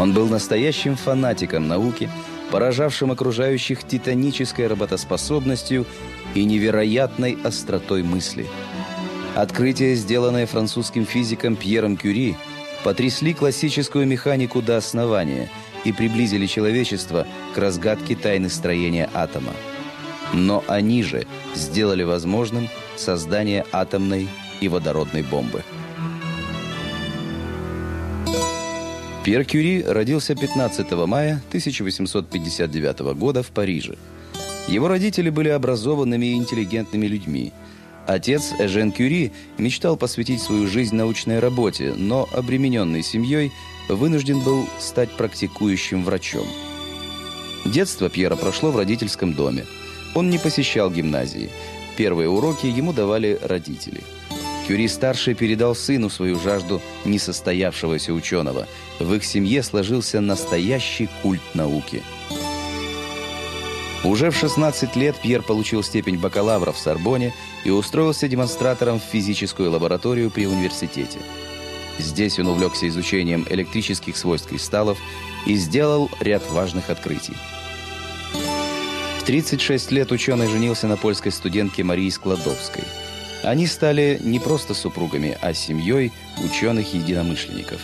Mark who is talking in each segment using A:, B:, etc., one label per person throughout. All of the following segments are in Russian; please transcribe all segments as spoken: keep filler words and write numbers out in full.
A: Он был настоящим фанатиком науки, поражавшим окружающих титанической работоспособностью и невероятной остротой мысли. Открытия, сделанные французским физиком Пьером Кюри, потрясли классическую механику до основания и приблизили человечество к разгадке тайны строения атома. Но они же сделали возможным создание атомной и водородной бомбы. Пьер Кюри родился пятнадцатого мая тысяча восемьсот пятьдесят девятого года в Париже. Его родители были образованными и интеллигентными людьми. Отец Эжен Кюри мечтал посвятить свою жизнь научной работе, но, обремененный семьей, вынужден был стать практикующим врачом. Детство Пьера прошло в родительском доме. Он не посещал гимназии. Первые уроки ему давали родители. Кюри-старший передал сыну свою жажду несостоявшегося ученого. В их семье сложился настоящий культ науки. Уже в шестнадцать лет Пьер получил степень бакалавра в Сорбонне и устроился демонстратором в физическую лабораторию при университете. Здесь он увлекся изучением электрических свойств кристаллов и сделал ряд важных открытий. В тридцать шесть лет ученый женился на польской студентке Марии Складовской. Они стали не просто супругами, а семьей ученых-единомышленников.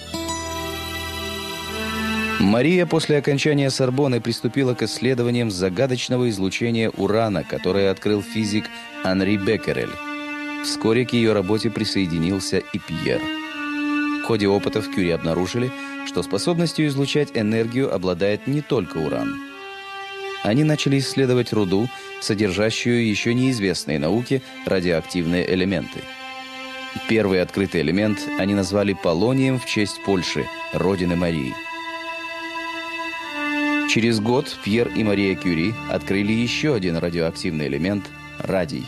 A: Мария после окончания Сорбонны приступила к исследованиям загадочного излучения урана, которое открыл физик Анри Беккерель. Вскоре к ее работе присоединился и Пьер. В ходе опытов Кюри обнаружили, что способностью излучать энергию обладает не только уран. Они начали исследовать руду, содержащую еще неизвестные науке радиоактивные элементы. Первый открытый элемент они назвали полонием в честь Польши, родины Марии. Через год Пьер и Мария Кюри открыли еще один радиоактивный элемент – радий.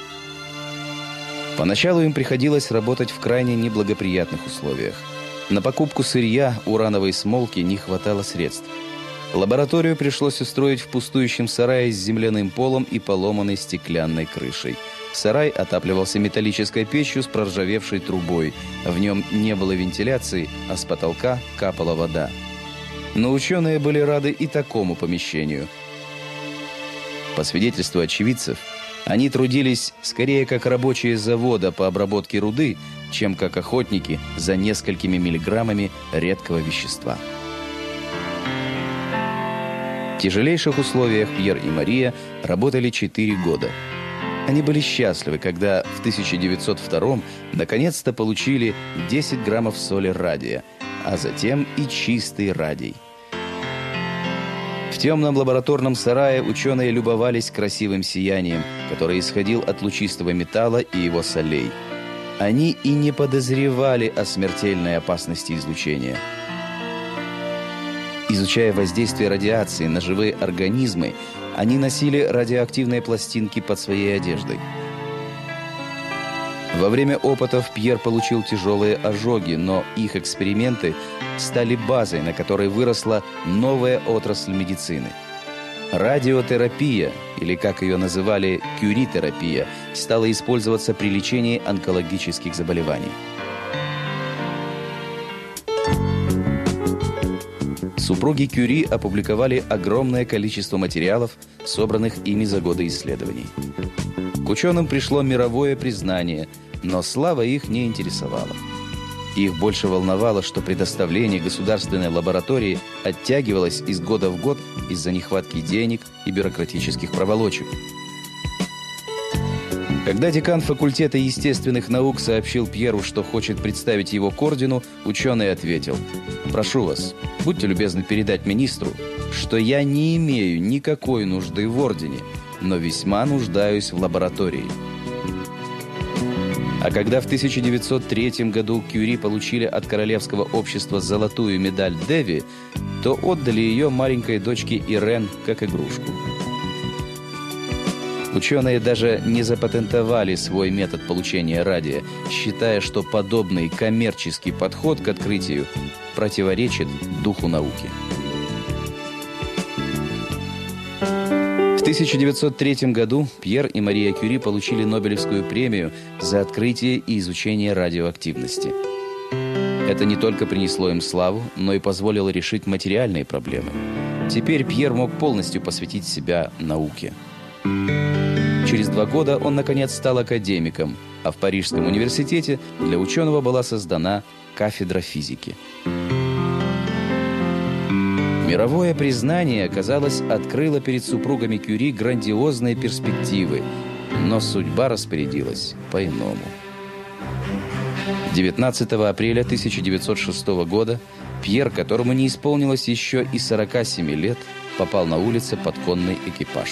A: Поначалу им приходилось работать в крайне неблагоприятных условиях. На покупку сырья урановой смолки не хватало средств. Лабораторию пришлось устроить в пустующем сарае с земляным полом и поломанной стеклянной крышей. Сарай отапливался металлической печью с проржавевшей трубой. В нем не было вентиляции, а с потолка капала вода. Но ученые были рады и такому помещению. По свидетельству очевидцев, они трудились скорее как рабочие завода по обработке руды, чем как охотники за несколькими миллиграммами редкого вещества. В тяжелейших условиях Пьер и Мария работали четыре года. Они были счастливы, когда в тысяча девятьсот втором наконец-то получили десять граммов соли радия, а затем и чистый радий. В темном лабораторном сарае ученые любовались красивым сиянием, которое исходил от лучистого металла и его солей. Они и не подозревали о смертельной опасности излучения. Изучая воздействие радиации на живые организмы, они носили радиоактивные пластинки под своей одеждой. Во время опытов Пьер получил тяжелые ожоги, но их эксперименты стали базой, на которой выросла новая отрасль медицины. Радиотерапия, или как ее называли кюри-терапия, стала использоваться при лечении онкологических заболеваний. Супруги Кюри опубликовали огромное количество материалов, собранных ими за годы исследований. К ученым пришло мировое признание, но слава их не интересовала. Их больше волновало, что предоставление государственной лаборатории оттягивалось из года в год из-за нехватки денег и бюрократических проволочек. Когда декан факультета естественных наук сообщил Пьеру, что хочет представить его к ордену, ученый ответил: «Прошу вас, будьте любезны передать министру, что я не имею никакой нужды в ордене, но весьма нуждаюсь в лаборатории». А когда в тысяча девятьсот третьем году Кюри получили от Королевского общества золотую медаль Деви, то отдали ее маленькой дочке Ирен как игрушку. Ученые даже не запатентовали свой метод получения радия, считая, что подобный коммерческий подход к открытию противоречит духу науки. В тысяча девятьсот третьем году Пьер и Мария Кюри получили Нобелевскую премию за открытие и изучение радиоактивности. Это не только принесло им славу, но и позволило решить материальные проблемы. Теперь Пьер мог полностью посвятить себя науке. Через два года он, наконец, стал академиком, а в Парижском университете для ученого была создана кафедра физики. Мировое признание, казалось, открыло перед супругами Кюри грандиозные перспективы, но судьба распорядилась по-иному. девятнадцатого апреля тысяча девятьсот шестого года Пьер, которому не исполнилось еще и сорока семи лет, попал на улице под конный экипаж.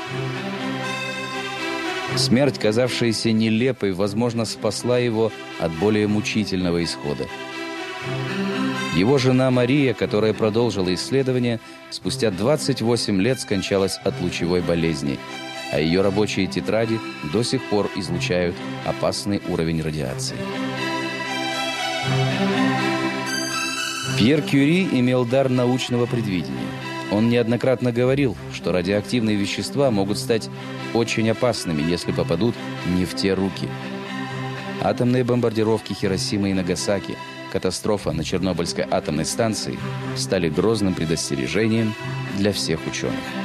A: Смерть, казавшаяся нелепой, возможно, спасла его от более мучительного исхода. Его жена Мария, которая продолжила исследования, спустя двадцать восемь лет скончалась от лучевой болезни, а ее рабочие тетради до сих пор излучают опасный уровень радиации. Пьер Кюри имел дар научного предвидения. Он неоднократно говорил, что радиоактивные вещества могут стать очень опасными, если попадут не в те руки. Атомные бомбардировки Хиросимы и Нагасаки, катастрофа на Чернобыльской атомной станции стали грозным предостережением для всех ученых.